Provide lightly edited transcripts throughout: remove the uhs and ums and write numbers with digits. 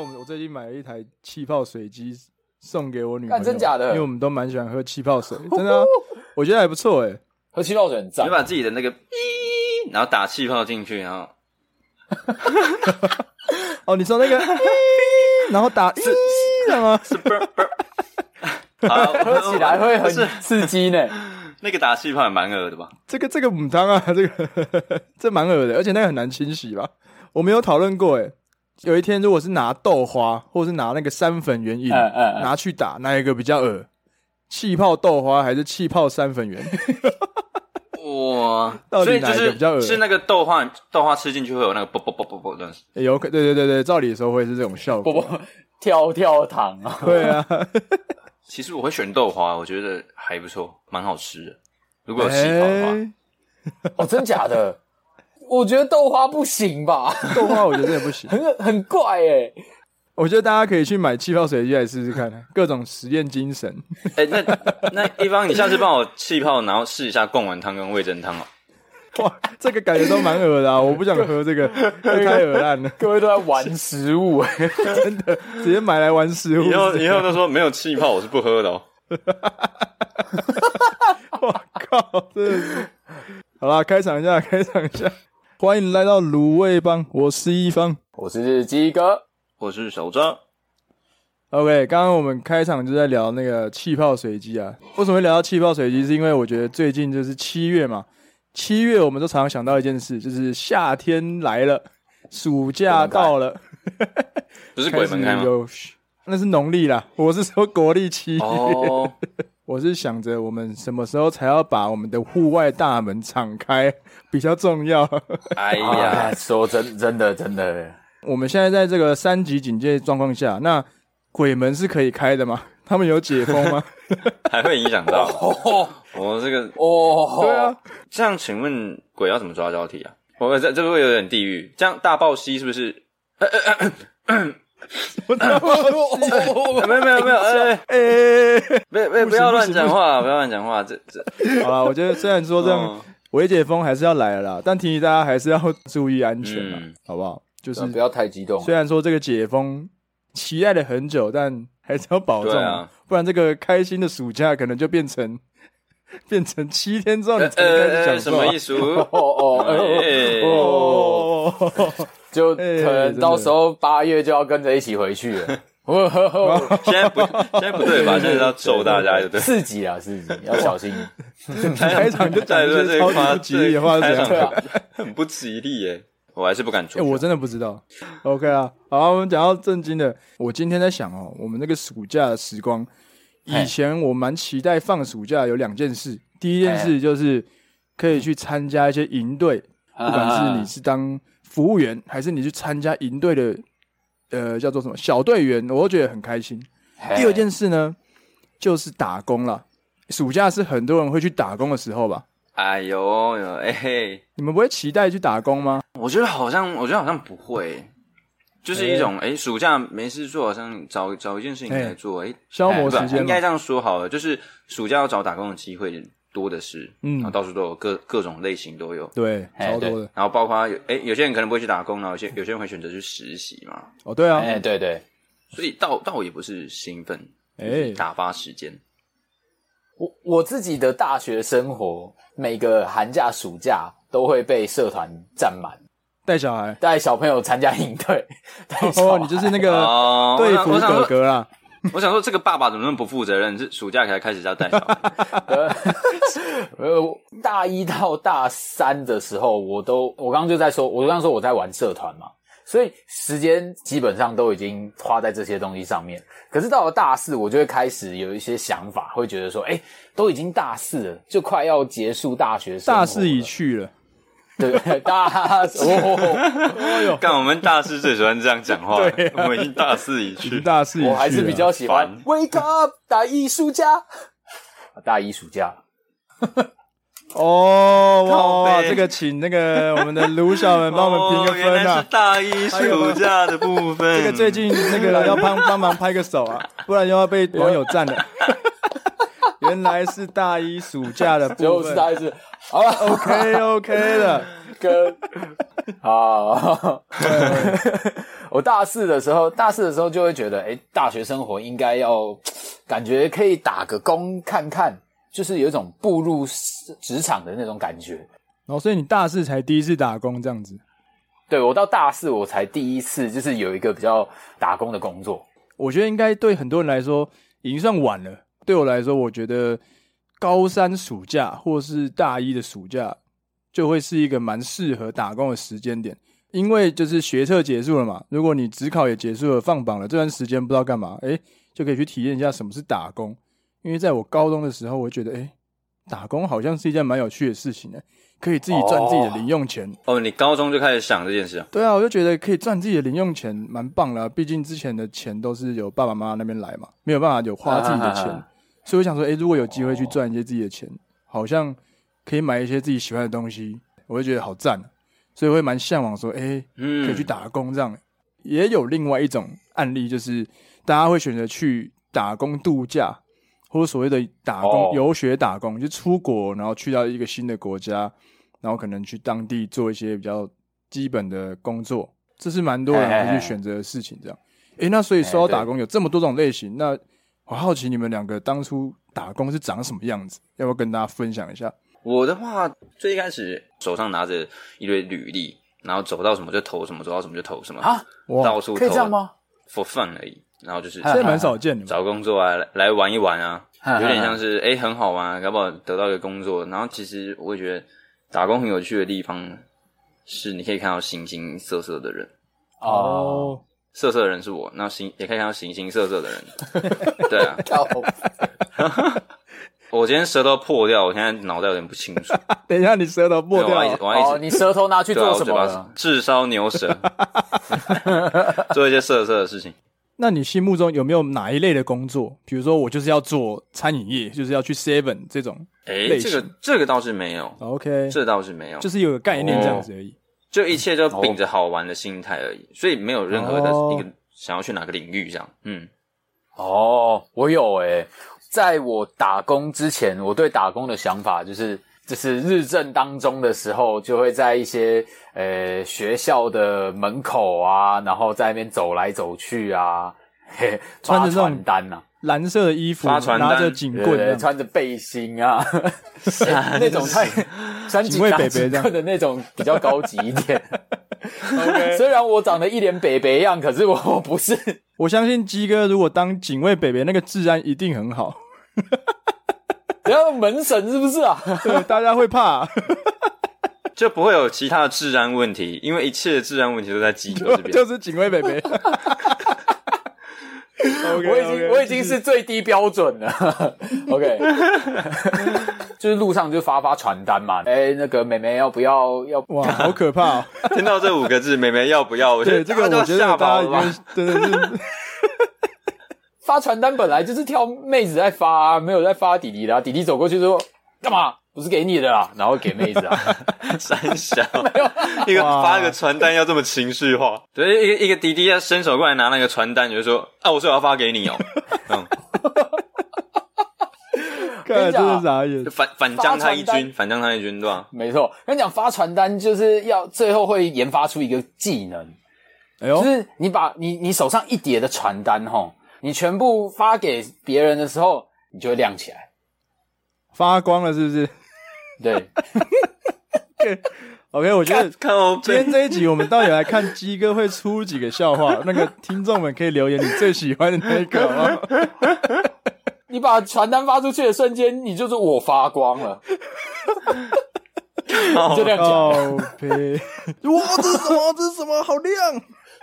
我最近买了一台气泡水机送给我女朋友， 真假的？ 因为我们都蛮喜欢喝气泡水，真的、啊，我觉得还不错哎。 喝气泡水很赞， 你把自己的那个然后打气泡进去，然后哦，你说那个然后打是吗？ 是好， 喝起来会很刺激呢。 那个打气泡也蛮恶的吧？ 这个母汤啊，这蛮恶的，而且那个很难清洗吧？我没有讨论过诶。有一天如果是拿豆花或是拿那个山粉圆饮拿去打，哪一个比较恶？气泡豆花还是气泡山粉圆？ 哇， 到底哪一个比较恶？ 是那个豆花吃进去会有那个啵啵啵啵啵的， 有可对，照理说会是这种效果。 啵啵跳糖啊， 对啊。 其实我会选豆花，我觉得还不错，蛮好吃的。如果有气泡的话， 哦，真假的？我觉得豆花不行吧？ 豆花我觉得真的不行， 很怪欸。 我觉得大家可以去买气泡水机来试试看，各种实验精神。 那一方，你下次帮我气泡，然后试一下贡丸汤跟味噌汤哦。 哇，这个感觉都蛮恶的啊！我不想喝这个，太恶烂了。 各位都在玩食物真的直接买来玩食物。 以后都说没有气泡我是不喝的哦。 我靠，真的是。好啦，开场一下。欢迎来到卤味帮，我是一方， 我是鸡哥， 我是小张。 OK， 刚刚我们开场就在聊那个气泡水机啊。为什么会聊到气泡水机？是因为我觉得最近就是7月嘛。7月我们都常常想到一件事，就是夏天来了，暑假到了。 不是鬼门开吗？ 那是农历啦，我是说国历7月。 哦， 我是想着我们什么时候才要把我们的户外大门敞开比较重要。 哎呀， 说真的， 我们现在在这个3级警戒状况下，那鬼门是可以开的吗？他们有解封吗？ 还会影响到我这个对啊， 这样请问鬼要怎么抓交替啊？我这会有点地狱。这样大爆吸是不是？没有，不要乱讲话，不要乱讲话。这好啦，我觉得虽然说这样微解封还是要来了啦，但提醒大家还是要注意安全啦，好不好？就是不要太激动。 虽然说这个解封期待了很久，但还是要保重啊， 不然这个开心的暑假可能就变成7天之后你才开始享受、 什么意思？ 就可能到时候8月就要跟着一起回去了。 现在不对吧？现在要咒大家，对不对 ？4级要小心。 开场就讲这些超级不吉利的话，是这样很不吉利耶。我还是不敢出去。 我真的不知道。OK 啊，好，我们讲到正经的。我今天在想我们那个暑假的时光，以前我蛮期待放暑假有2件事。第一件事就是可以去参加一些营队，不管是你是当服务员，还是你去参加营队的叫做什么小队员，我都觉得很开心。第二件事呢，就是打工啦。暑假是很多人会去打工的时候吧？ 哎呦， 你们不会期待去打工吗？ 我觉得好像不会，就是一种暑假没事做，好像找一件事情来做， 消磨时间。 应该这样说好了，就是暑假要找打工的机会多的是，然后到处都有各种类型都有， 对，超多的。 然后包括有些人可能不会去打工，然后有些人会选择去实习嘛。 哦，对啊， 对， 所以倒也不是兴奋，打发时间。 我自己的大学生活，每个寒假暑假都会被社团占满，带小朋友参加营队。 你就是那个队服哥哥啦。 我想说，这个爸爸怎么那么不负责任？是暑假才开始要带小孩。 大1到大3的时候，我刚刚说我在玩社团嘛，所以时间基本上都已经花在这些东西上面。可是到了大4，我就会开始有一些想法，会觉得说，都已经大4了，就快要结束大学生活了。 大4已去了。 对，大4 干我们大4最喜欢这样讲话。我们已经大4已去， 我还是比较喜欢 Wake up 大1暑假。 哇，这个请那个我们的卢小们帮我们评个分啊！ 原来是大1暑假的部分。 这个最近那个要帮忙拍个手啊，不然又要被网友赞了。原来是大1暑假的部分， 就是大1好了 ，OK 的， 好， 我大四的时候就会觉得，大学生活应该要感觉可以打个工看看，就是有一种步入职场的那种感觉。 然后所以你大四才第一次打工这样子？ 对，我到大四我才第一次就是有一个比较打工的工作。 我觉得应该对很多人来说已经算晚了，对我来说我觉得高三暑假或是大一的暑假就会是一个蛮适合打工的时间点，因为就是学测结束了嘛，如果你指考也结束了放榜了，这段时间不知道干嘛，就可以去体验一下什么是打工。因为在我高中的时候我觉得打工好像是一件蛮有趣的事情的，可以自己赚自己的零用钱。 你高中就开始想这件事啊？ 对啊，我就觉得可以赚自己的零用钱蛮棒的毕竟之前的钱都是由爸爸妈妈那边来嘛，没有办法有花自己的钱所以我想说如果有机会去赚一些自己的钱好像可以买一些自己喜欢的东西，我会觉得好赞所以我会蛮向往说可以去打工这样。也有另外一种案例，就是大家会选择去打工度假，或者所谓的打工游学打工，就出国然后去到一个新的国家，然后可能去当地做一些比较基本的工作，这是蛮多人会去选择的事情这样。那所以说到打工有这么多种类型，那我好奇你们两个当初打工是长什么样子，要不要跟大家分享一下？ 我的话，最一开始手上拿着一堆履历，然后走到什么就投什么，走到什么就投什么啊，到处投， 可以这样吗 ？For fun 而已，然后就是现在蛮少见的， 找工作啊，来玩一玩啊，有点像是很好玩，搞不好得到一个工作。然后其实我也觉得打工很有趣的地方是，你可以看到形形色色的人色色的人是我，那也可以看到形形色色的人，对啊。我今天舌头破掉，我现在脑袋有点不清楚。 等一下，你舌头破掉了？你舌头拿去做什么了？ 炙烧牛舌，做一些色色的事情。 那你心目中有没有哪一类的工作？比如说，我就是要做餐饮业，就是要去 Seven 这种类型。 这个倒是没有。 OK， 这倒是没有， 就是有个概念这样子而已。 就一切就秉着好玩的心态而已，所以没有任何的一个想要去哪个领域这样。 我有在我打工之前，我对打工的想法就是日正当中的时候，就会在一些学校的门口啊，然后在那边走来走去啊，发传单啊， 蓝色的衣服，拿着警棍， 穿着背心啊，那种穿警卫北北的那种比较高级一点。Okay. 虽然我长得一脸北北样，可是我不是。 我相信鸡哥如果当警卫北北，那个治安一定很好。 不要门神是不是啊？ 对，大家会怕， 就不会有其他的治安问题，因为一切的治安问题都在鸡哥这边， 就是警卫北北。 我已经是最低标准了。OK， 就是路上就发传单嘛，那个妹妹要不要？ 哇，好可怕哦！ 听到这5个字，妹妹要不要？ 对，这个我觉得大家已经真的是发传单本来就是挑妹子在发没有在发弟弟的弟弟走过去说干嘛？不是给你的啦，然后给妹子啊， 三小没有发个传单要这么情绪化，对，一个弟弟要伸手过来拿那个传单，就说我说我要发给你看真的傻眼， 反将他一军，对吧？ 没错，跟你讲发传单就是要最后会研发出一个技能，就是你把你手上一叠的传单你全部发给别人的时候，你就会亮起来， 发光了，是不是？ 对。 OK， 我觉得今天这一集我们到底来看鸡哥会出几个笑话，那个听众们可以留言你最喜欢的那一个好不好？ 你把传单发出去的瞬间，你就是我发光了，你就亮起来。 哇，这是什么？好亮！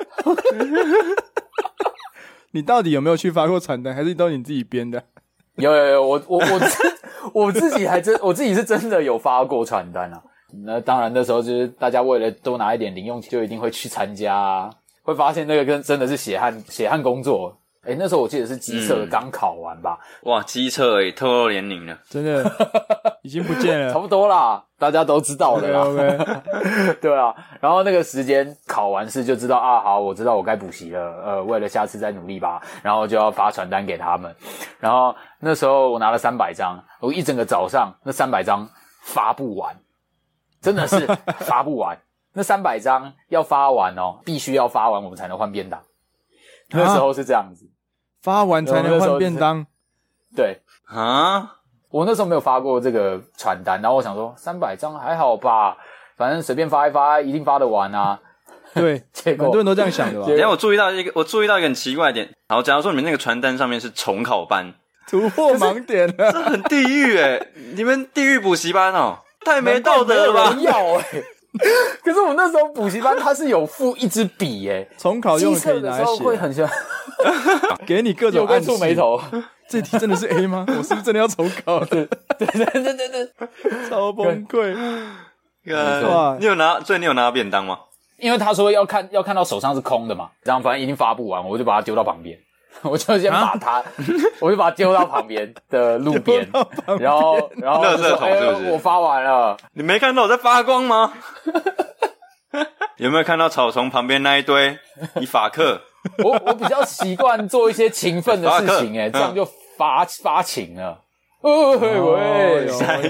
你到底有没有去发过传单，还是都你自己编的？ 有，我自己是真的有发过传单啊。那当然那时候就是大家为了多拿一点零用钱，就一定会去参加啊，会发现那个真的是血汗工作。那时候我记得是机测刚考完吧。 哇，机测而已，透露年龄了， 真的已经不见了。 差不多啦，大家都知道的啦。 Okay. 对啊，然后那个时间考完试就知道好，我知道我该补习了，为了下次再努力吧，然后就要发传单给他们。然后那时候我拿了300张，我一整个早上那300张发不完，真的是发不完。 那300张要发完哦，必须要发完我们才能换便当。那时候是这样子， 发完才能换便当。 对啊， 我那时候没有发过这个传单，然后我想说300张还好吧，反正随便发一发，一定发得完啊。 对，很多人都这样想的吧？ 等一下我注意到一个很奇怪的点。好，假如说你们那个传单上面是重考班， 突破盲点了， 这很地狱你们地狱补习班哦，太没道德了吧？ 没有人要可是我那时候补习班它是有附一支笔重考用可以拿来写， 会很像给你各种暗示。 皱眉头， 这题真的是 A 吗？我是不是真的要重考？对，超崩溃。 哇，你有拿便当吗？ 因为他说要看到手上是空的嘛，这样反正一定发不完，我就把它丢到旁边，我就先把它，我就把它丢到旁边的路边，然后垃圾桶是不是？ 我发完了， 你没看到我在发光吗？有没有看到草丛旁边那一堆？你法克， 我比较习惯做一些勤奋的事情，这样就发情了。喂，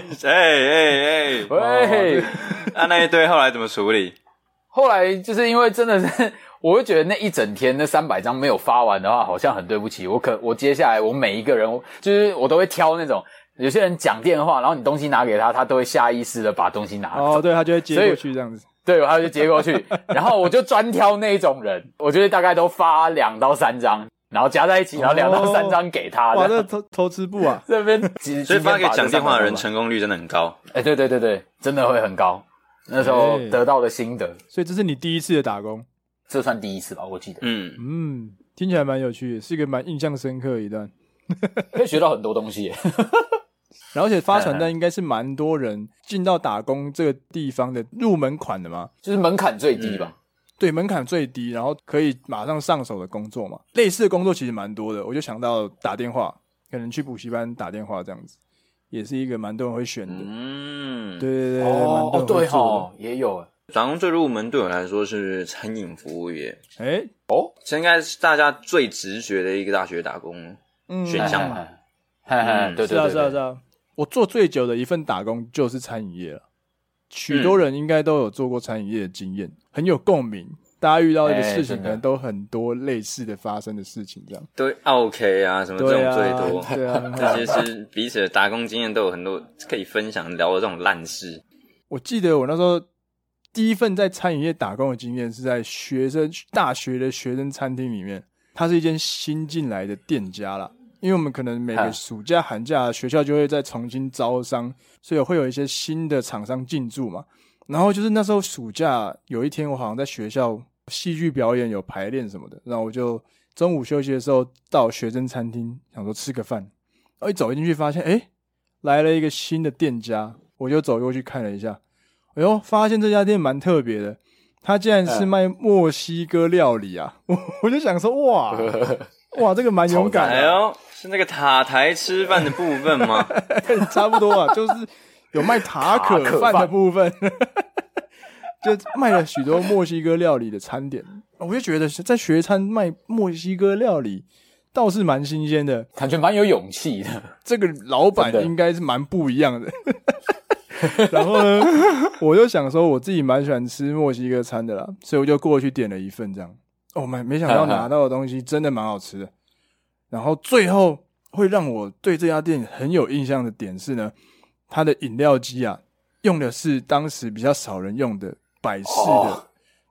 那一堆后来怎么处理？ 后来就是因为真的是，我会觉得那一整天那300张没有发完的话，好像很对不起我接下来我每一个人，就是我都会挑那种有些人讲电话，然后你东西拿给他，他都会下意识的把东西拿走。 对，他就会接过去这样子。 对，他就接过去，然后我就专挑那一种人，我觉得大概都发2到3张。然后加在一起，然后2到3张给他。 哇，这偷吃布啊！ 这边所以发给讲电话的人成功率真的很高。 对，真的会很高。那时候得到的心得。 所以这是你第一次的打工？ 这算第一次吧，我记得。 听起来蛮有趣的，是一个蛮印象深刻的一段， 可以学到很多东西耶。 然后而且发传单应该是蛮多人进到打工这个地方的入门款的嘛， 就是门槛最低吧。 对，门槛最低，然后可以马上上手的工作嘛。类似的工作其实蛮多的，我就想到打电话，可能去补习班打电话这样子，也是一个蛮多人会选的。对， 对也有。 打工最入门对我来说是餐饮服务业。这应该是大家最直觉的一个大学打工选项嘛。 对， 是啊。我做最久的一份打工就是餐饮业了。许多人应该都有做过餐饮业的经验，很有共鸣。大家遇到一个事情，可能都很多类似的发生的事情，这样。 对 ，OK 啊，什么这种最多， 对啊， 这些是彼此的打工经验都有很多可以分享聊的这种烂事。 我记得我那时候第一份在餐饮业打工的经验是在大学的学生餐厅里面，它是一间新进来的店家啦。因为我们可能每个暑假寒假学校就会再重新招商，所以会有一些新的厂商进驻嘛。然后就是那时候暑假有一天我好像在学校戏剧表演有排练什么的，然后我就中午休息的时候到学生餐厅想说吃个饭，然后一走进去发现来了一个新的店家，我就走过去看了一下，发现这家店蛮特别的，它竟然是卖墨西哥料理啊。我就想说哇，这个蛮勇敢的。 是那个塔台吃饭的部分吗？ 差不多啊，就是有卖塔可饭的部分，就卖了许多墨西哥料理的餐点。我就觉得在学餐卖墨西哥料理倒是蛮新鲜的， 感觉蛮有勇气的。 这个老板应该是蛮不一样的。然后呢，我就想说我自己蛮喜欢吃墨西哥餐的啦，所以我就过去点了一份这样。没想到拿到的东西真的蛮好吃的。然后最后会让我对这家店很有印象的点是呢，它的饮料机啊，用的是当时比较少人用的百事的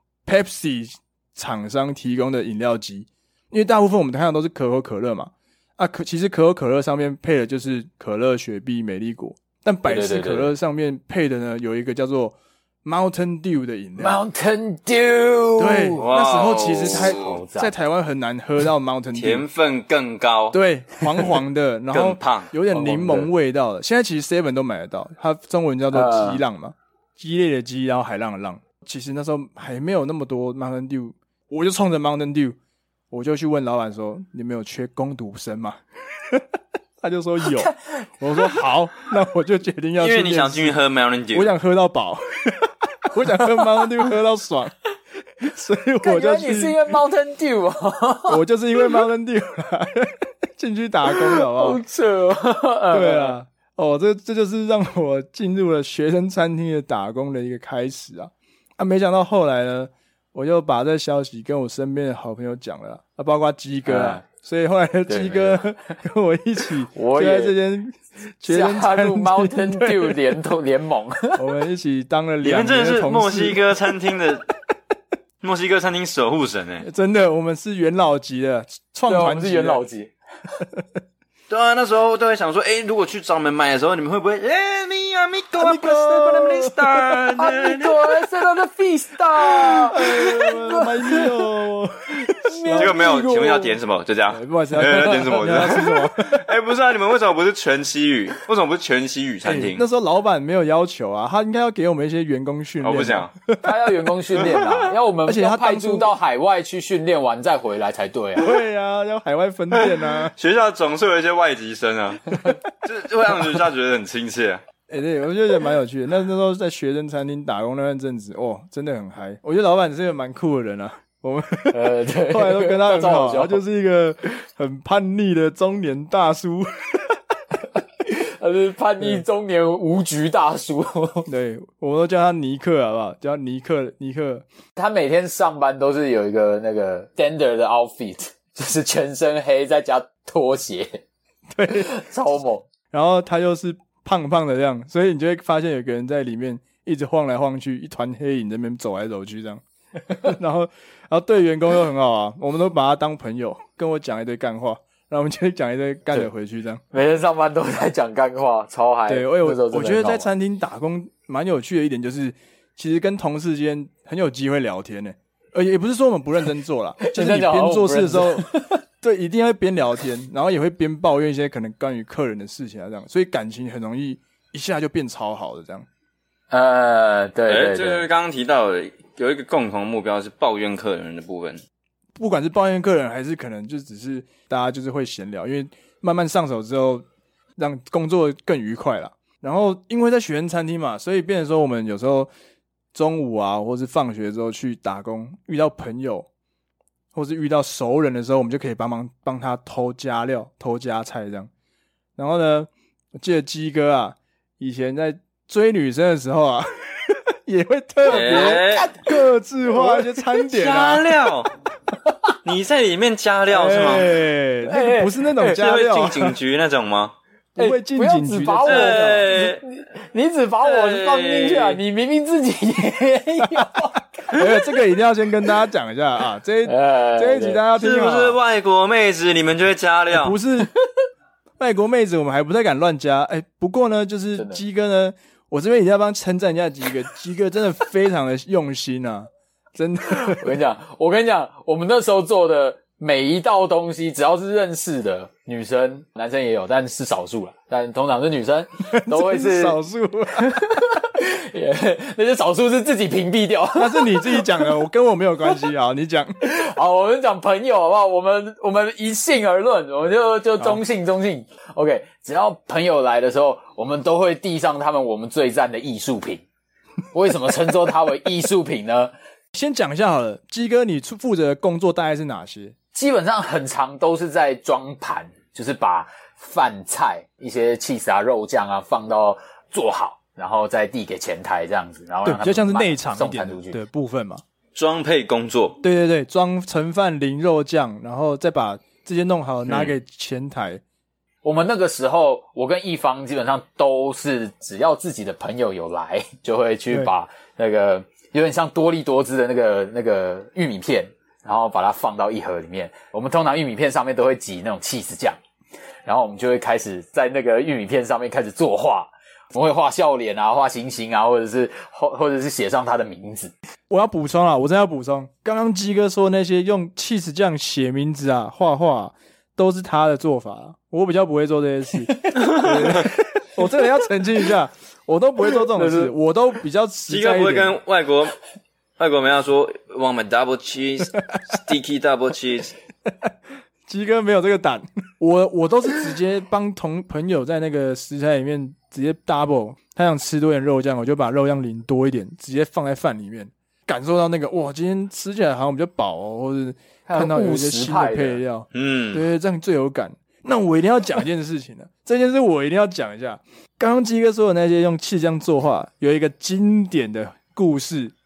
Pepsi 厂商提供的饮料机。因为大部分我们看到都是可口可乐嘛，其实可口可乐上面配的就是可乐、雪碧、美丽果，但百事可乐上面配的呢有一个叫做Mountain Dew 的饮料。 Mountain Dew， 对，那时候其实在台湾很难喝到 Mountain Dew， 甜分更高， 对，黄黄的，然后更胖， 有点柠檬味道的。现在其实 Seven 都买得到，它中文叫做激浪嘛，激烈的激，然后海浪的浪。其实那时候还没有那么多 Mountain Dew， 我就冲着 Mountain Dew， 我就去问老板说：“你们有缺工读生吗？”他就说有，我说好，那我就决定要去。 因为你想进去喝 Mountain Dew， 我想喝到饱。我想喝 Mountain Dew 喝到爽，所以我就去。 你是因为 Mountain Dew 啊？ 我就是因为 Mountain Dew 进去打工的，好不好？ 好扯哦！ 对啊，这就是让我进入了学生餐厅的打工的一个开始啊。 没想到后来呢，我就把这消息跟我身边的好朋友讲了包括鸡哥所以后来的鸡哥跟我一起就在这间学生餐厅加入 Mountain Dew 联盟， 我们一起当了2 你们真的是年的同事。 墨西哥餐厅的墨西哥餐厅守护神真的，我们是元老级的创团级的， 是元老级。 对啊，那时候都会想说，如果去找你们买的时候，你们会不会mi amigo apostolista amigo es la fiesta 结果没有，请问要点什么？就这样。 不好意思，要点什么？ 要吃什么？ 不是啊，你们为什么不是全西语？为什么不是全西语餐厅？ 那时候老板没有要求啊，他应该要给我们一些员工训练。 我不想， 他要员工训练啊，要我们而且他派驻到海外去训练完再回来才对啊。 对啊，要海外分店啊。 学校总是有一些外籍生啊，就会让学校觉得很亲切。 对，我觉得蛮有趣的。那时候在学生餐厅打工那段阵子，真的很嗨。我觉得老板是个蛮酷的人啊。我们对， 后来都跟他很好，他就是一个很叛逆的中年大叔。 他是叛逆中年无局大叔。 对，我们都叫他尼克，好不好？叫尼克。 他每天上班都是有一个那个 standard 的 outfit， 就是全身黑再加拖鞋， 对， 超猛。 然后他又是胖胖的这样，所以你就会发现有个人在里面一直晃来晃去，一团黑影在那边走来走去这样。然后对员工又很好啊，我们都把他当朋友，跟我讲一堆干话，然后我们就讲一堆干的回去这样。 每天上班都在讲干话，超嗨。 对，我觉得在餐厅打工蛮有趣的一点就是，其实跟同事间很有机会聊天呢。也不是说我们不认真做啦，就是你边做事的时候，对，一定会边聊天，然后也会边抱怨一些可能关于客人的事情啊，这样，所以感情很容易一下就变超好的这样。 对， 就是刚刚提到的，有一个共同目标是抱怨客人的部分。 不管是抱怨客人，还是可能就只是大家就是会闲聊，因为慢慢上手之后，让工作更愉快啦。然后因为在学生餐厅嘛，所以变成说我们有时候中午啊，或是放学之后去打工，遇到朋友或是遇到熟人的时候，我们就可以帮他偷加料、偷加菜这样。然后呢，我记得鸡哥啊，以前在追女生的时候啊，也会特别客制化一些餐点啊， 加料。你在里面加料是吗？ 那个不是那种加料， 是会进警局那种吗？ 不会进警局的。 你只把我放进去啊！你明明自己也有。 这个一定要先跟大家讲一下啊！这一集大家要听好。 是不是外国妹子你们就会加料？ 不是外国妹子，我们还不太敢乱加。不过呢，就是鸡哥呢，我这边一定要帮称赞一下鸡哥，鸡哥真的非常的用心啊，真的。 我跟你讲，我们那时候做的每一道东西，只要是认识的女生，男生也有，但是少数啦。但通常是女生都会是少数， 那些少数是自己屏蔽掉。 那是你自己讲的，我跟我没有关系啊。你讲， 好，我们讲朋友好不好？我们一性而论，我们就中性。OK， 只要朋友来的时候，我们都会递上我们最赞的艺术品。为什么称作它为艺术品呢？ 先讲一下好了，鸡哥，你负责的工作大概是哪些？ 基本上很常都是在装盘，就是把饭菜一些起司啊、肉酱啊放到做好，然后再递给前台这样子，然后让他们比较像是内场一点的部分嘛， 装配工作。 对，装盛饭、淋肉酱，然后再把这些弄好拿给前台。 我们那个时候，我跟一方基本上都是只要自己的朋友有来，就会去把那个有点像多利多汁的那个玉米片，然后把它放到一盒里面。我们通常玉米片上面都会挤那种起司酱，然后我们就会开始在那个玉米片上面开始作画。我们会画笑脸啊，画星星啊，或者是写上他的名字。 我要补充啊，我真的要补充，刚刚鸡哥说那些用起司酱写名字啊、画画都是他的做法啊，我比较不会做这些事。我真的要澄清一下，我都不会做这种事，我都比较实在一点。 鸡哥不会跟外国人要说 want my double cheese sticky double cheese。 鸡哥没有这个胆，我都是直接帮朋友在那个食材里面直接 double， 他想吃多点肉酱，我就把肉酱淋多一点，直接放在饭里面，感受到那个哇，今天吃起来好像比较饱哦，或者看到有一些新的配料，对，这样最有感。那我一定要讲一件事情了，这件事我一定要讲一下。刚刚鸡哥说的那些用气酱作画，有一个经典的故事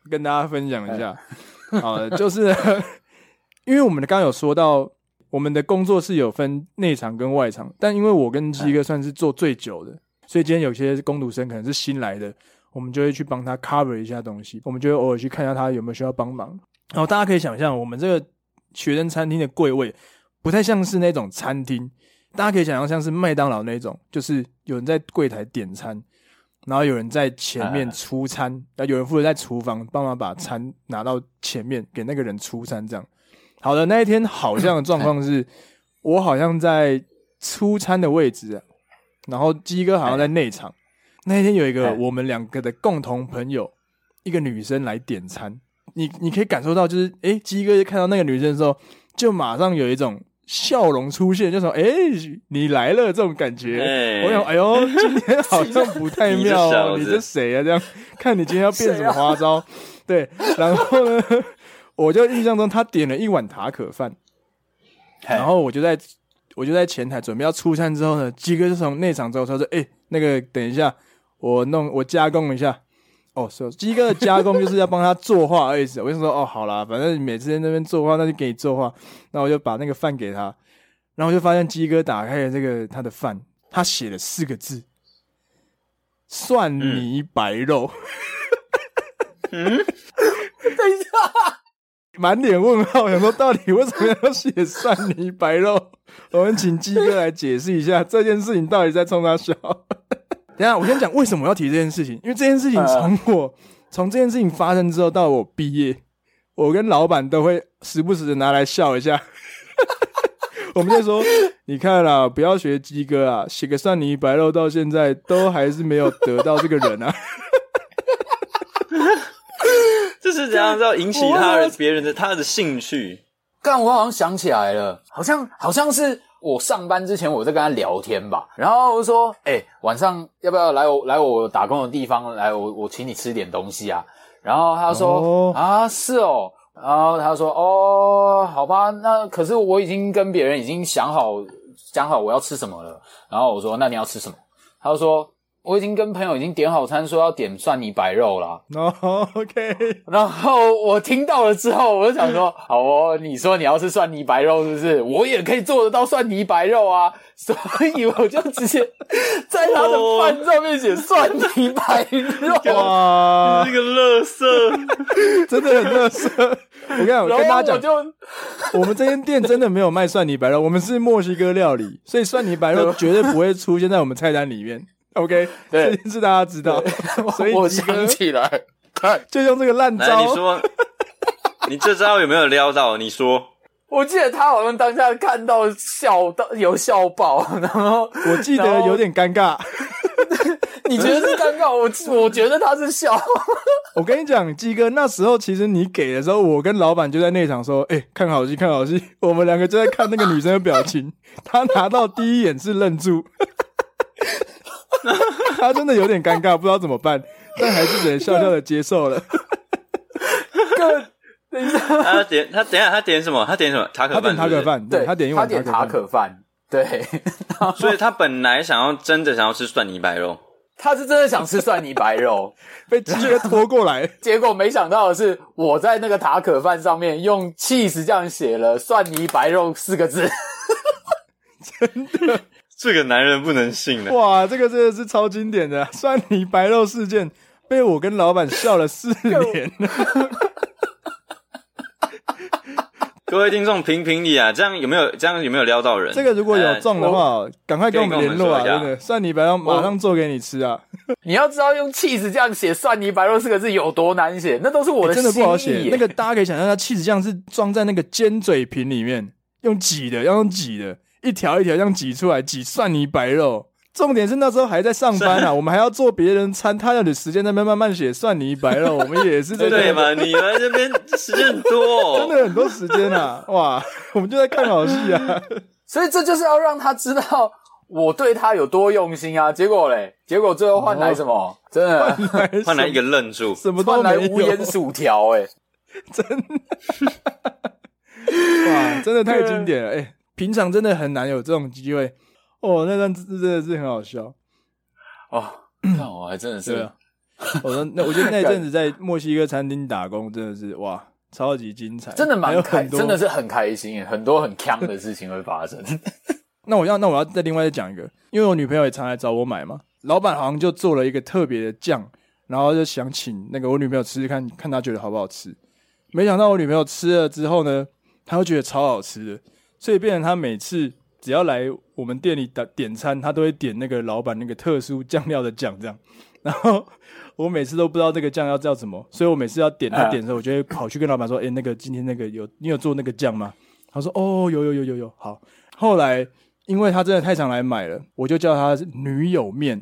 跟大家分享一下。就是因为我们刚刚有说到，我们的工作室有分内场跟外场，但因为我跟鸡哥算是做最久的，所以今天有些工读生可能是新来的，我们就会去帮他 cover 一下东西，我们就会偶尔去看一下他有没有需要帮忙。然后大家可以想象，我们这个学生餐厅的柜位不太像是那种餐厅，大家可以想象像是麦当劳那种，就是有人在柜台点餐，然后有人在前面出餐，然后有人负责在厨房帮忙把餐拿到前面给那个人出餐这样。好的，那一天好像的状况是我好像在出餐的位置然后鸡哥好像在内场。那一天有一个我们两个的共同朋友，一个女生来点餐，你可以感受到就是鸡哥看到那个女生的时候就马上有一种笑容出现，就说你来了这种感觉。我想哎呦今天好像不太妙哦，你这谁啊？这样看你今天要变什么花招。对，然后呢我就印象中他点了一碗塔可饭，然后我就在前台准备要出餐之后呢，鸡哥就从内场之后他说那个等一下我加工一下。鸡哥的加工就是要帮他作画而已。我就说好啦，反正每次在那边作画那就给你作画。那我就把那个饭给他，然后我就发现鸡哥打开了这个他的饭，他写了4个字：蒜泥白肉。 等一下， 满脸问号，想说到底为什么要写蒜泥白肉？我们请鸡哥来解释一下这件事情到底在冲他笑。等一下，我先讲为什么要提这件事情，因为这件事情从这件事情发生之后到我毕业，我跟老板都会时不时的拿来笑一下。我们就说，你看啦，不要学鸡哥啊，写个蒜泥白肉到现在都还是没有得到这个人啊。 这是怎样要引起别人的他的兴趣？ 干，我好像想起来了，好像是我上班之前我在跟他聊天吧，然后我就说晚上要不要来我打工的地方来我请你吃点东西啊。然后他说是哦，然后他说好吧，那可是我已经跟别人已经讲好我要吃什么了。然后我说那你要吃什么？他就说我已经跟朋友已经点好餐，说要点蒜泥白肉啦。 OK。 然后我听到了之后，我就想说，好哦，你说你要吃蒜泥白肉是不是？我也可以做得到蒜泥白肉啊，所以我就直接在他的饭上面写蒜泥白肉。 哇， 你这个垃圾， 真的很垃圾。我跟大家讲，我们这间店真的没有卖蒜泥白肉，我们是墨西哥料理，所以蒜泥白肉绝对不会出现在我们菜单里面。OK， 这件事大家知道，所以我想起来， 就用这个烂招。 你说，你这招有没有撩到？你说， 我记得他好像当下看到有笑爆，然后我记得有点尴尬。 你觉得是尴尬？我觉得他是笑。 我跟你讲，鸡哥，那时候其实你给的时候，我跟老板就在内场说，看好戏，看好戏。我们两个就在看那个女生的表情，她拿到第一眼是愣住。他真的有点尴尬，不知道怎么办，但还是只能笑笑的接受了。 等一下， 他点什么？他点什么？塔可饭。 他点塔可饭，对，他点一碗塔可饭，对。 所以他本来真的想要吃蒜泥白肉， 他是真的想吃蒜泥白肉， 被鸡哥拖过来。 结果没想到的是，我在那个塔可饭上面用 cheese 这样写了蒜泥白肉4个字。 真的。 这个男人不能信的。 哇，这个真的是超经典的蒜泥白肉事件，被我跟老板笑了4年了。 各位听众评理啊，这样有没有撩到人？ 这个如果有中的话，赶快跟我们联络啊！真的，蒜泥白肉马上做给你吃啊！ 你要知道用 cheese 这样写蒜泥白肉4个字有多难写，那都是我的心意。 真的不好写。那个大家可以想象，它 cheese 酱是装在那个尖嘴瓶里面，要用挤的。一条一条这样挤出来，挤蒜泥白肉。重点是那时候还在上班啊，我们还要做别人餐，他有点时间在那边慢慢写蒜泥白肉，我们也是真的。 对嘛？你们这边时间很多， 真的很多时间啊！哇，我们就在看好戏啊。 所以这就是要让他知道我对他有多用心啊！结果最后换来什么？真的换来一个愣住， 什么都没有， 换来无盐薯条真的。哇，真的太经典了平常真的很难有这种机会那段真的是很好笑那我还真的是我觉得那阵子在墨西哥餐厅打工真的是哇，超级精彩， 真的真的是很开心，很多很鏘的事情会发生。 那我要再另外讲一个，因为我女朋友也常来找我买嘛，老板好像就做了一个特别的酱，然后就想请那个我女朋友吃看她觉得好不好吃。没想到我女朋友吃了之后呢，她会觉得超好吃的，所以变成她每次只要来我们店里点餐，她都会点那个老板那个特殊酱料的酱这样。然后我每次都不知道这个酱要叫什么，所以我每次要点她点的时候，我就会跑去跟老板说：“那个今天那个你有做那个酱吗？”他说：“哦，有，好。”后来因为他真的太常来买了，我就叫他女友面。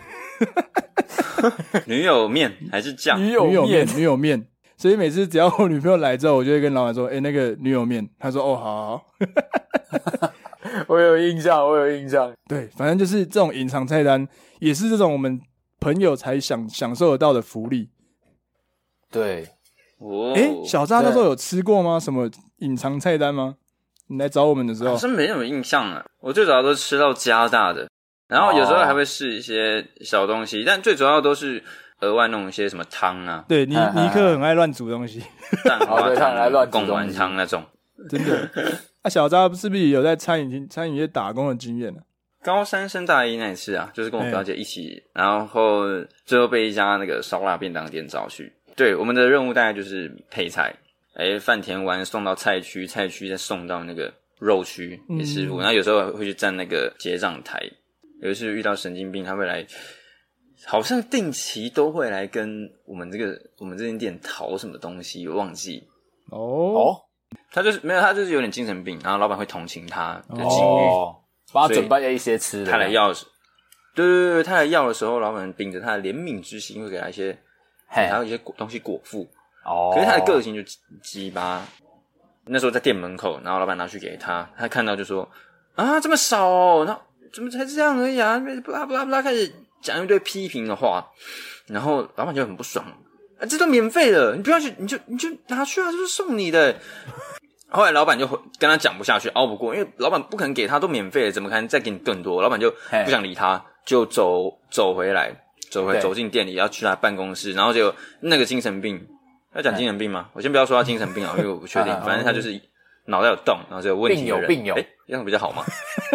女友面还是酱？ 女友面。所以每次只要我女朋友来之后，我就会跟老板说：“那个女友面。”他说：“哦，好。” 我有印象。 对，反正就是这种隐藏菜单，也是这种我们朋友才享受得到的福利。 对， 小扎那时候有吃过吗？什么隐藏菜单吗？你来找我们的时候， 好像没什么印象啊。我最主要都吃到加大的，然后有时候还会试一些小东西，但最主要都是额外弄一些什么汤啊。 对，尼克很爱乱煮东西， 蛋花汤、贡丸汤那种。 真的。小扎是不是有在餐饮业打工的经验呢？ 高三升大一那一次啊，就是跟我表姐一起，然后最后被一家那个烧腊便当店找去。对，我们的任务大概就是配菜。饭填完送到菜区再送到那个肉区给师傅，然后有时候会去站那个结账台。有一次遇到神经病，他会来，好像定期都会来跟我们这间店讨什么东西，我忘记。他就是有点精神病，然后老板会同情他的境遇， 帮他准备一些吃的。 他来要，对，他来要的时候，老板秉着他的怜悯之心，会给他一些东西果腹。可是他的个性就鸡巴。那时候在店门口，然后老板拿去给他，他看到就说：“啊，这么少哦，那怎么才这样而已啊？”不啦，开始讲一堆批评的话，然后老板就很不爽。这都免费的，你不要去，你就拿去啊，这是送你的。后来老板就跟他讲不下去，拗不过，因为老板不可能给他都免费的，怎么可能再给你更多？老板就不想理他，就走回来，走进店里要去他办公室，然后就那个精神病。要讲精神病吗？我先不要说他精神病啊，因为我不确定。反正他就是脑袋有洞，然后就有问题的人。 病友， 这样比较好吗？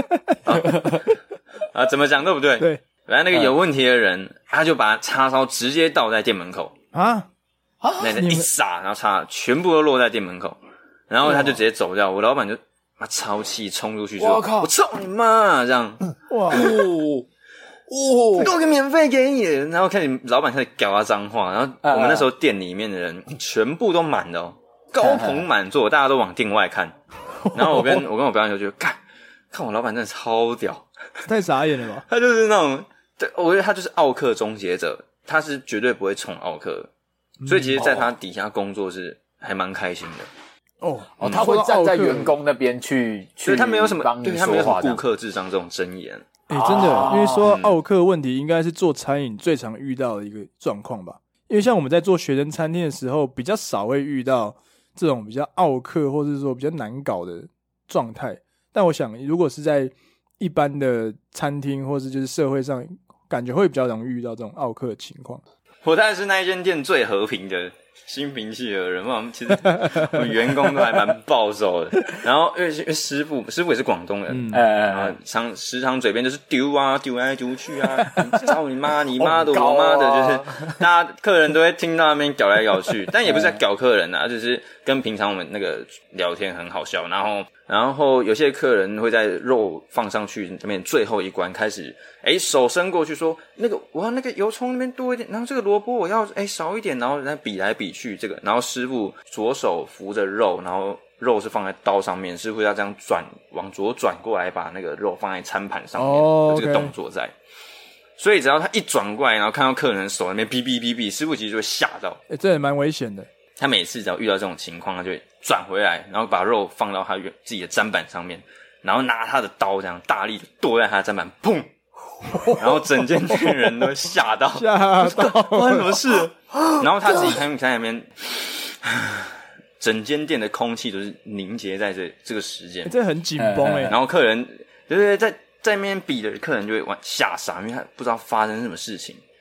怎么讲都不对。 对， 反正那个有问题的人，他就把叉烧直接倒在店门口那一撒，然后叉全部都落在店门口，然后他就直接走掉。我老板就超气，冲出去说：“我操你妈！”这样，多个免费给你，然后老板开始搞他脏话，然后我们那时候店里面的人全部都满的高朋满座，大家都往店外看。然后我跟我表演就觉得，看我老板真的超屌， 太傻眼了吧？ 他就是那种，对，我觉得他就是奥客终结者，他是绝对不会宠奥客，所以其实在他底下工作是还蛮开心的。 他会站在员工那边去， 所以他没有什么，对他没有什么顾客智商这种箴言。 真的，因为说奥客问题应该是做餐饮最常遇到的一个状况吧。因为像我们在做学生餐厅的时候，比较少会遇到这种比较奥客或是说比较难搞的状态。但我想，如果是在一般的餐厅或是就是社会上，感觉会比较容易遇到这种奥客的情况。 我当然是那一间店最和平的。心平气和人嘛，其实我们员工都还蛮暴走的。然后因为师傅也是广东人，时常嘴边就是丢来丢去啊，操你妈，你妈的，我妈的，就是大家客人都会听到那边搞来搞去，但也不是在搞客人啊，就是跟平常我们那个聊天很好笑。然后有些客人会在肉放上去那边最后一关开始，手伸过去说我要那个油葱那边多一点，然后这个萝卜我要少一点，然后再比来比去这个，然后师傅左手扶着肉，然后肉是放在刀上面，师傅要这样往左转过来，把那个肉放在餐盘上面，有这个动作在。所以只要他一转过来，然后看到客人手那边哔哔哔哔，师傅其实就会吓到。 这也蛮危险的。 他每次只要遇到这种情况，他就会转回来，然后把肉放到他自己的砧板上面，然后拿他的刀这样大力的剁在他的砧板，砰！然后整间店人都吓到，发生什么事？然后他自己在那边，整间店的空气都是凝结在这个时间， 这很紧绷然后客人对在那边比的客人就会吓傻，因为他不知道发生什么事情。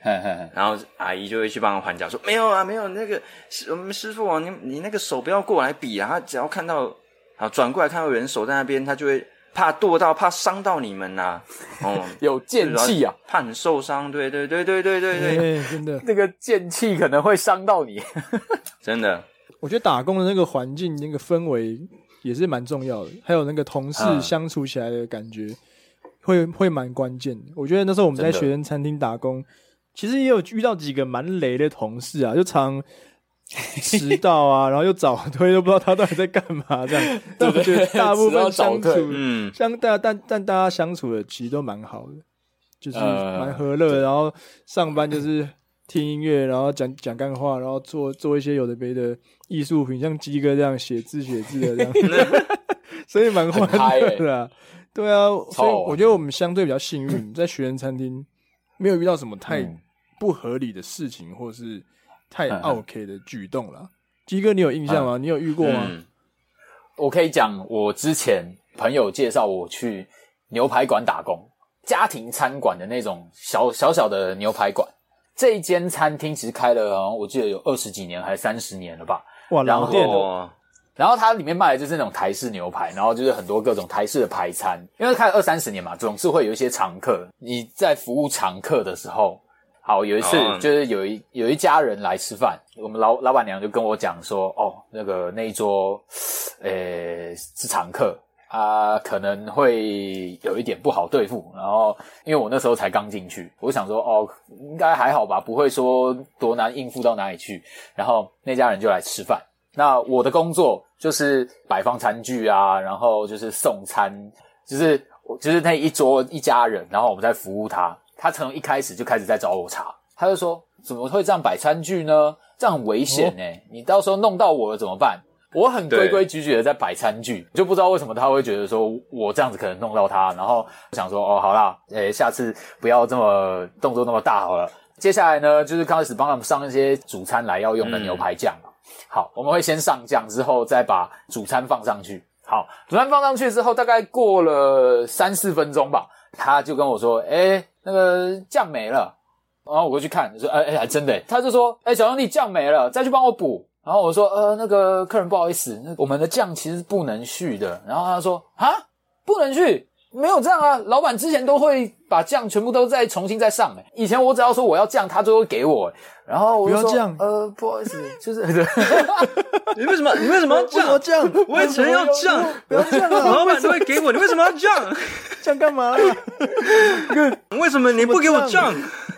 然后阿姨就会去帮他还价，说没有啊，没有那个我们师傅啊，你那个手不要过来比啊，他只要看到啊转过来看到有人手在那边，他就会怕剁到，怕伤到你们呐、 有剑气啊， 怕你受伤，对，真的那个剑气可能会伤到你， 真的。 我觉得打工的那个环境、那个氛围也是蛮重要的，还有那个同事相处起来的感觉，会蛮关键的。我觉得那时候我们在学生餐厅打工，其实也有遇到几个蛮雷的同事啊，就常迟到啊，然后又早退，都不知道他到底在干嘛这样。但我觉得大部分相处，但大家相处的其实都蛮好的，就是蛮和乐的。然后上班就是听音乐，然后讲干话，然后做一些有的没的艺术品，像鸡哥这样写字的这样，所以蛮欢乐的啊。对啊，所以我觉得我们相对比较幸运，在学生餐厅没有遇到什么太不合理的事情，或是太 OK 的举动啦。鸡哥，你有印象吗？你有遇过吗？ 我可以讲，我之前朋友介绍我去牛排馆打工，家庭餐馆的那种小的牛排馆。这一间餐厅其实开了，好像我记得有20几年还是30年了吧。 哇，老店了。 然后它里面卖的就是那种台式牛排，然后就是很多各种台式的排餐。因为开了20-30年嘛，总是会有一些常客。你在服务常客的时候，好，有一次就是有一家人来吃饭，我们老板娘就跟我讲说，那一桌是常客啊，可能会有一点不好对付。然后因为我那时候才刚进去，我想说应该还好吧，不会说多难应付到哪里去。然后那家人就来吃饭，那我的工作就是摆放餐具啊，然后就是送餐，就是那一桌一家人，然后我们在服务他。他从一开始就开始在找我茬，他就说怎么会这样摆餐具呢？这样很危险你到时候弄到我了怎么办？我很规规矩矩的在摆餐具，就不知道为什么他会觉得说我这样子可能弄到他，然后想说好啦，下次不要这么动作那么大好了。接下来呢，就是刚开始帮他们上一些主餐来要用的牛排酱。好，我们会先上酱，之后再把主餐放上去。好，主餐放上去之后，大概过了3-4分钟吧，他就跟我说那个酱没了。然后我过去看，说还真的他就说小兄弟酱没了，再去帮我补。然后我说那个客人不好意思，我们的酱其实不能续的。然后他说不能续？没有这样啊，老板之前都会把酱全部都再重新再上以前我只要说我要酱，他就会给我然后我就说不要酱不好意思，就是你为什么要酱？我也承认要酱， 不要酱啊！ 老板都会给我，你为什么要酱？ 酱干嘛为什么你不给我酱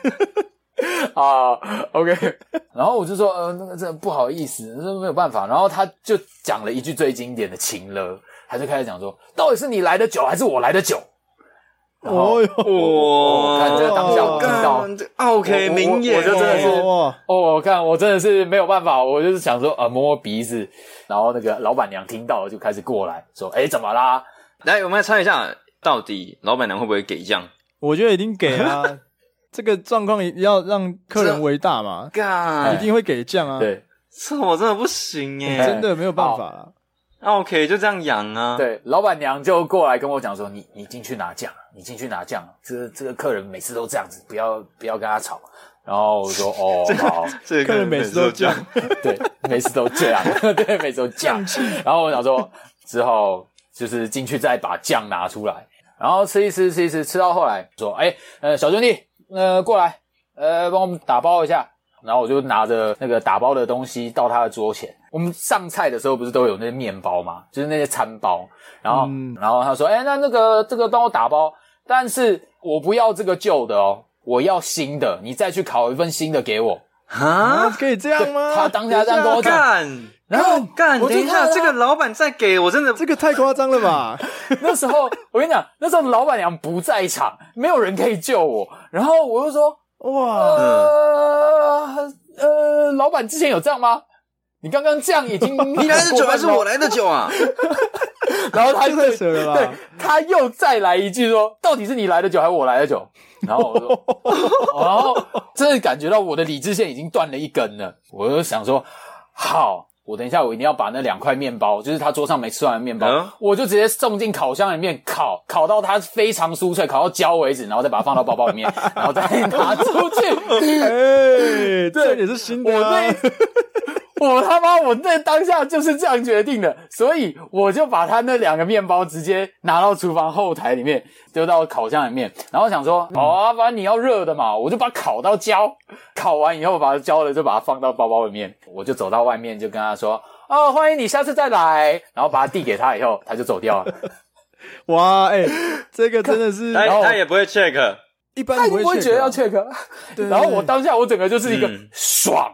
？OK， 然后我就说那个真的不好意思，这没有办法。然后他就讲了一句最经典的情勒，他就开始讲说，到底是你来的久还是我来的久？然后看这当下我听到 ，OK 名言， 我就真的是看我真的是没有办法，我就是想说摸摸鼻子，然后那个老板娘听到了就开始过来说，怎么啦？ 来，我们来猜一下，到底老板娘会不会给酱？ 我觉得一定给啊。这个状况要让客人为大嘛，一定会给酱啊。 对， 这我真的不行真的没有办法啦。 OK， 就这样养啊。 对，老板娘就过来跟我讲说，你进去拿酱，你进去拿酱。这个客人每次都这样子，不要跟他吵。然后我说好， 这个客人每次都这样， 对，每次都这样，对，每次都这样。然后我想说，之后就是进去再把酱拿出来，然后吃一吃，吃到后来说，小兄弟。过来，帮我们打包一下。然后我就拿着那个打包的东西到他的桌前。我们上菜的时候不是都有那些面包吗？就是那些餐包。然后他说，那个这个帮我打包，但是我不要这个旧的我要新的，你再去烤一份新的给我。 可以这样吗？ 他当下这样跟我讲。然后等一下，这个老板再给我，真的这个太夸张了吧？ 那时候我跟你讲，那时候老板娘不在场，没有人可以救我。然后我就说，老板之前有这样吗？你刚刚这样已经你来的久还是我来的久啊？ 然后他太扯了吧？ 对，他又再来一句说，到底是你来的久还是我来的久？然后我说，然后真的感觉到我的理智线已经断了一根了。我就想说，好。 我等一下我一定要把那2块面包，就是他桌上没吃完的面包，我就直接送进烤箱里面烤到它非常酥脆，烤到焦为止，然后再把它放到包包里面，然后再拿出去。 哎，这也是新的啊。 我他妈，我那当下就是这样决定的，所以我就把他那2个面包直接拿到厨房后台里面，丢到烤箱里面，然后想说，反正你要热的嘛，我就把它烤到焦，烤完以后把它焦了，就把它放到包包里面，我就走到外面就跟他说，欢迎你下次再来，然后把它递给他以后，他就走掉了。 哇，这个真的是， 他也不会 check， 一般他不会觉得要 check， 然后我当下我整个就是一个爽。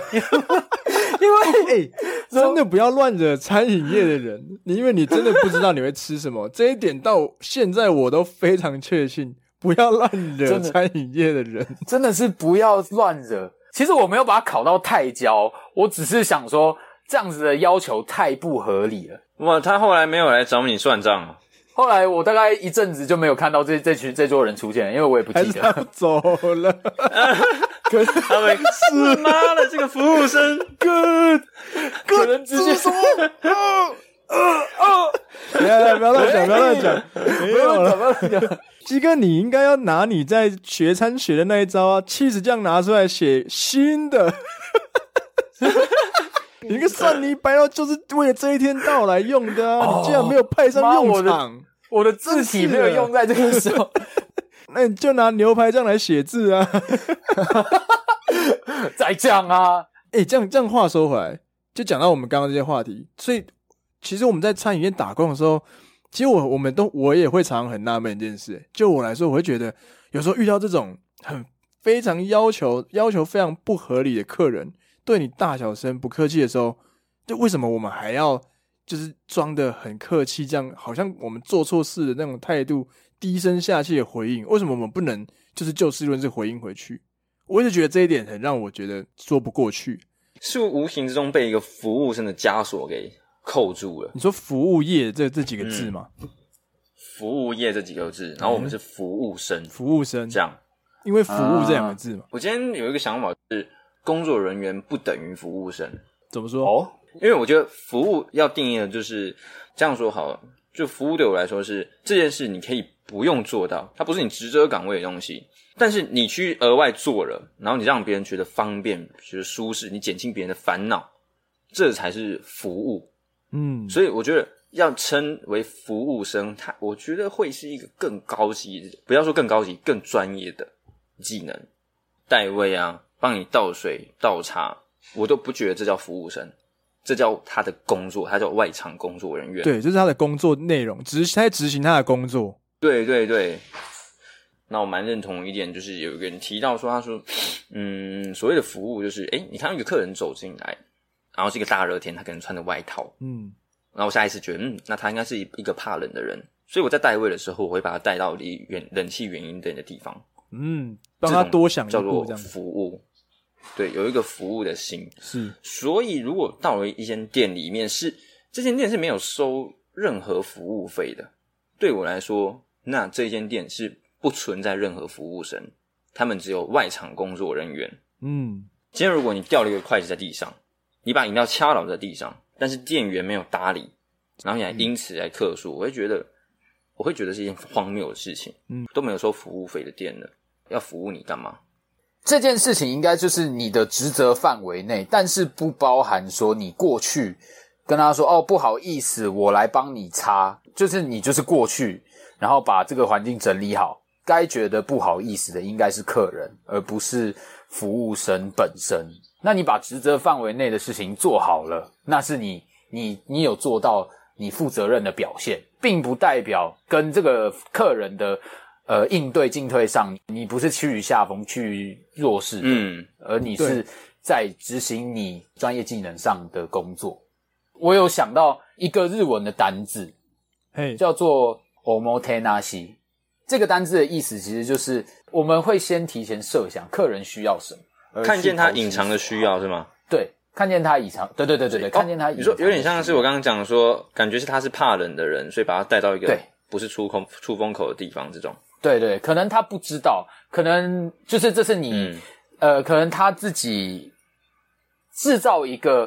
因为真的不要乱惹餐饮业的人，因为你真的不知道你会吃什么。这一点到现在我都非常确信，不要乱惹餐饮业的人， 真的是不要乱惹。其实我没有把它烤到太焦，我只是想说这样子的要求太不合理了。 哇，他后来没有来找你算账啊？ 后来我大概一阵子就没有看到这桌人出现了，因为我也不记得。 还是他走了。 可是他们是妈的这个服务生， 可能直接说， 不要乱讲，没有了。鸡哥，你应该要拿你在学餐学的那一招啊，cheese酱拿出来写新的。你那个蒜泥白肉就是为了这一天到来用的啊！你竟然没有派上用场， 我的字体没有用在这个时候， 那你就拿牛排酱来写字啊！ 再酱啊！ 这样话说回来，就讲到我们刚刚这些话题，所以其实我们在餐饮业打工的时候，其实我也会常常很纳闷一件事，就我来说，我会觉得有时候遇到这种非常要求非常不合理的客人，对你大小声不客气的时候，就为什么我们还要就是装得很客气，这样好像我们做错事的那种态度，低声下气的回应，为什么我们不能就是就事论事回应回去？我一直觉得这一点很让我觉得说不过去， 是无形之中被一个服务生的枷锁给扣住了。 你说服务业这几个字吗？ 服务业这几个字，然后我们是服务生，这样， 因为服务这2个字嘛。 我今天有一个想法是，工作人员不等于服务生。 怎么说？ 因为我觉得服务要定义的就是这样说好了，就服务对我来说是这件事你可以不用做到，它不是你职责岗位的东西，但是你去额外做了，然后你让别人觉得方便，觉得舒适，你减轻别人的烦恼，这才是服务。所以我觉得要称为服务生，我觉得会是一个更高级，不要说更高级，更专业的技能，带位啊，帮你倒水倒茶，我都不觉得这叫服务生，这叫他的工作，他叫外场工作人员。 对，这是他的工作内容，他在执行他的工作。 对对对。那我蛮认同一点，就是有一个人提到说，他说所谓的服务就是你看到一个客人走进来，然后是一个大热天，他可能穿着外套，然后我下意识觉得那他应该是一个怕冷的人，所以我在带位的时候，我会把他带到离冷气远一点的地方， 帮他多想一步， 叫做服务。对，有一个服务的心。 是， 所以如果到了一间店里面，这间店是没有收任何服务费的，对我来说，那这间店是不存在任何服务生，他们只有外场工作人员。今天如果你掉了一个筷子在地上，你把饮料掐倒在地上，但是店员没有搭理，然后你还因此来客诉，我会觉得是一件荒谬的事情。都没有收服务费的店了，要服务你干嘛？ 这件事情应该就是你的职责范围内，但是不包含说你过去跟他说不好意思，我来帮你擦，就是你就是过去，然后把这个环境整理好，该觉得不好意思的应该是客人，而不是服务生本身。那你把职责范围内的事情做好了，那是你有做到你负责任的表现，并不代表跟这个客人的应对进退上，你不是趋于下风、趋于弱势的，而你是在执行你专业技能上的工作。我有想到一个日文的单字，叫做 omotenashi。这个单字的意思其实就是我们会先提前设想客人需要什么， 看见他隐藏的需要是吗？ 对，看见他隐藏，对，看见他隐藏。 你说有点像是我刚刚讲说，感觉是他是怕冷的人，所以把他带到一个不是出风口的地方，这种。 对，可能他不知道，可能就是这是你可能他自己制造一个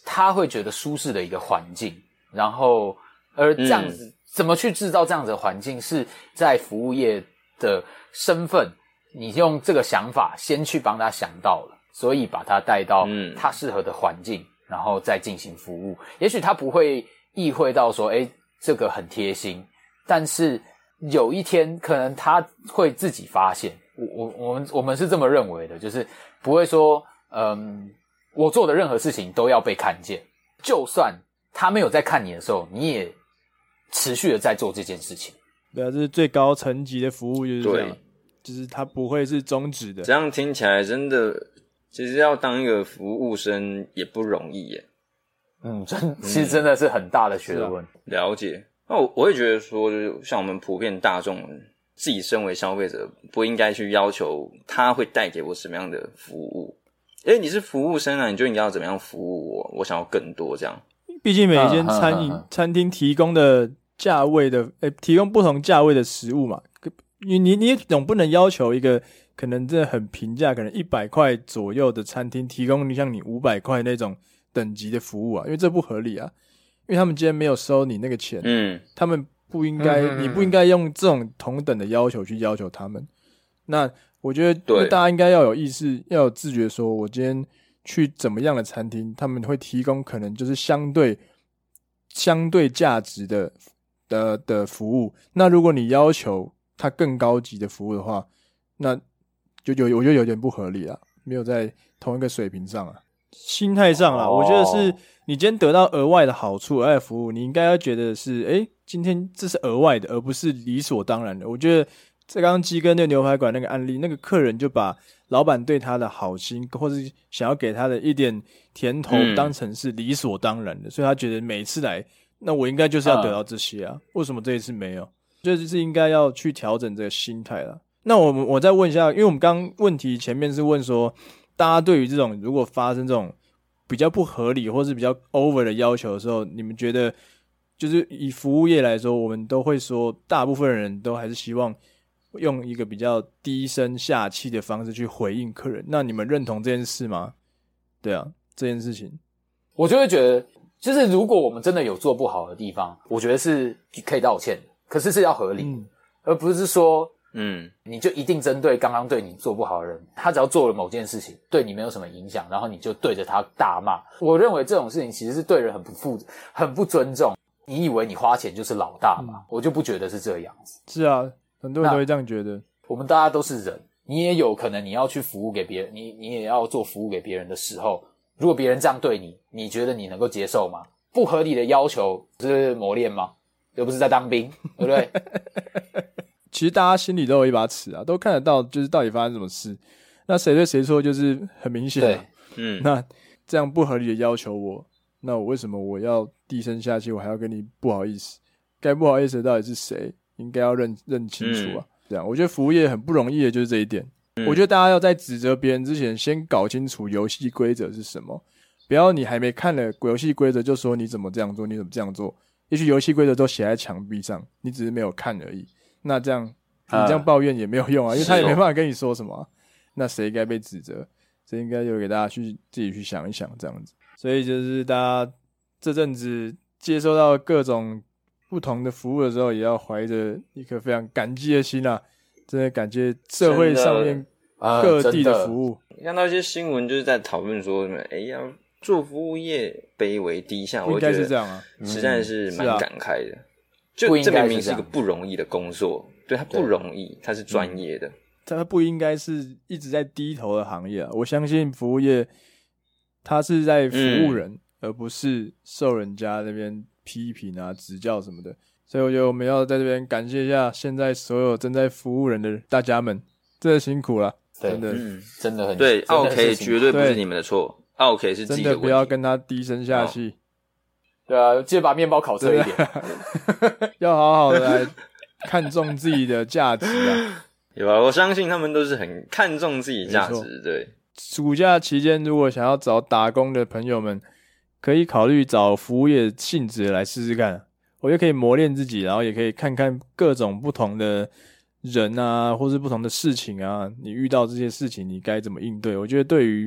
他会觉得舒适的一个环境，然后而这样子怎么去制造这样子的环境，是在服务业的身份，你用这个想法先去帮他想到了，所以把他带到他适合的环境，然后再进行服务。也许他不会意会到说这个很贴心，但是有一天可能他会自己发现，我们是这么认为的，就是不会说我做的任何事情都要被看见，就算他没有在看你的时候，你也持续的在做这件事情。 对啊，这是最高层级的服务，就是这样，就是它不会是终止的。 这样听起来真的，其实要当一个服务生也不容易耶。 其实真的是很大的学问。 了解。那我会觉得说，就是像我们普遍大众自己身为消费者，不应该去要求他会带给我什么样的服务。你是服务生啊，你就应该要怎么样服务我？我想要更多这样。 毕竟每一间餐厅提供的价位的，提供不同价位的食物嘛，你总不能要求一个可能真的很平价，可能100块左右的餐厅提供像你500块那种等级的服务啊，因为这不合理啊，因为他们今天没有收你那个钱，他们不应该，你不应该用这种同等的要求去要求他们。那我觉得大家应该要有意识，要有自觉，说我今天去怎么样的餐厅，他们会提供可能就是相对价值的服务。那如果你要求他更高级的服务的话，那我觉得有点不合理啊，没有在同一个水平上啊。心态上啊，我觉得是你今天得到额外的好处、额外的服务，你应该要觉得是今天这是额外的，而不是理所当然的。我觉得在刚刚鸡哥那个牛排馆那个案例，那个客人就把老板对他的好心，或是想要给他的一点甜头当成是理所当然的，所以他觉得每次来，那我应该就是要得到这些啊，为什么这一次没有？就是应该要去调整这个心态啦。那我再问一下，因为我们刚问题前面是问说，大家对于这种如果发生这种比较不合理或是比较 over 的要求的时候，你们觉得就是以服务业来说，我们都会说大部分人都还是希望用一个比较低声下气的方式去回应客人，那你们认同这件事吗？对啊，这件事情我就会觉得，就是如果我们真的有做不好的地方，我觉得是可以道歉，可是要合理，而不是说你就一定针对刚刚对你做不好的人，他只要做了某件事情对你没有什么影响，然后你就对着他大骂。我认为这种事情其实是对人很不尊重。你以为你花钱就是老大吗？我就不觉得是这样子。 是啊，很多人都会这样觉得。 我们大家都是人，你也有可能你要去服务给别人，你也要做服务给别人的时候，如果别人这样对你，你觉得你能够接受吗？不合理的要求是磨练吗？又不是在当兵，对不对？ 其实大家心里都有一把尺啊，都看得到，就是到底发生什么事。那谁对谁错，就是很明显啊。那这样不合理的要求我，那我为什么我要低声下气，我还要跟你不好意思？该不好意思的到底是谁？应该要认清楚啊。这样，我觉得服务业很不容易的就是这一点。我觉得大家要在指责别人之前，先搞清楚游戏规则是什么，不要你还没看了游戏规则就说你怎么这样做，你怎么这样做。也许游戏规则都写在墙壁上，你只是没有看而已。那这样你这样抱怨也没有用啊，因为他也没办法跟你说什么啊。那谁该被指责？这应该就给大家自己去想一想这样子。所以就是大家这阵子接收到各种不同的服务的时候，也要怀着一颗非常感激的心啊，真的感谢社会上面各地的服务。 看到一些新闻就是在讨论说要做服务业卑微低下， 应该是这样啊， 实在是蛮感慨的。就这明明是一个不容易的工作，对，它不容易，它是专业的， 它不应该是一直在低头的行业啊。我相信服务业，它是在服务人，而不是受人家那边批评啊、指教什么的。所以我觉得我们要在这边感谢一下现在所有正在服务人的大家们，真的辛苦了，真的， 真的很对。OK， 绝对不是你们的错，OK 是自己的问题， 真的不要跟他低声下气。 对啊，记得把面包烤脆一点， 要好好的来看重自己的价值啊。 有啊，我相信他们都是很看重自己价值。对， 暑假期间如果想要找打工的朋友们，可以考虑找服务业性质来试试看。我觉得可以磨练自己，然后也可以看看各种不同的人啊，或是不同的事情啊，你遇到这些事情你该怎么应对。我觉得对于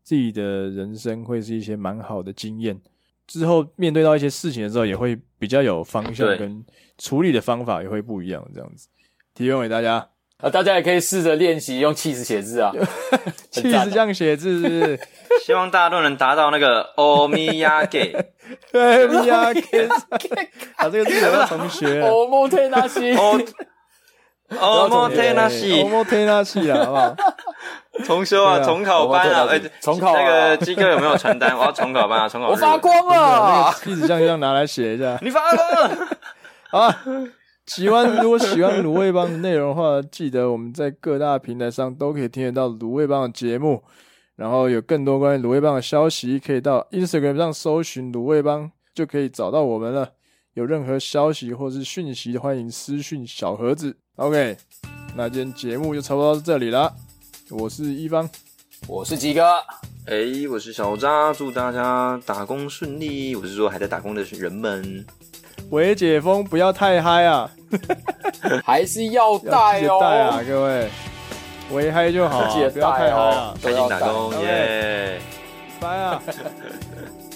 自己的人生会是一些蛮好的经验。之后面对到一些事情的时候，也会比较有方向，跟处理的方法也会不一样，这样子提供给大家。 大家也可以试着练习用气势写字啊， 气势这样写字是不是？ 希望大家都能达到那个欧米亚给， 对，米亚给，啊，这个字要重学。 欧莫特纳西， 欧莫特纳西， 欧莫特纳西啦，好不好？ 重修啊，重考班啊， 重考啊。 那个鸡哥有没有传单？我要重考班啊，重考。 我发光了， 气势这样拿来写一下。 你发光了啊！如果喜欢卤味帮的内容的话，记得我们在各大平台上都可以听得到卤味帮的节目，然后有更多关于卤味帮的消息，可以到 Instagram 上搜寻卤味帮就可以找到我们了。有任何消息或是讯息，欢迎私讯小盒子。OK， 那今天节目就差不多到这里啦。我是一方， 我是鸡哥， 我是小渣，祝大家打工顺利。我是说还在打工的人们。 微解封不要太嗨啊， 还是要带哦，带啊，各位，微嗨就好，不要太嗨啊， 开心打工耶， 拜啊。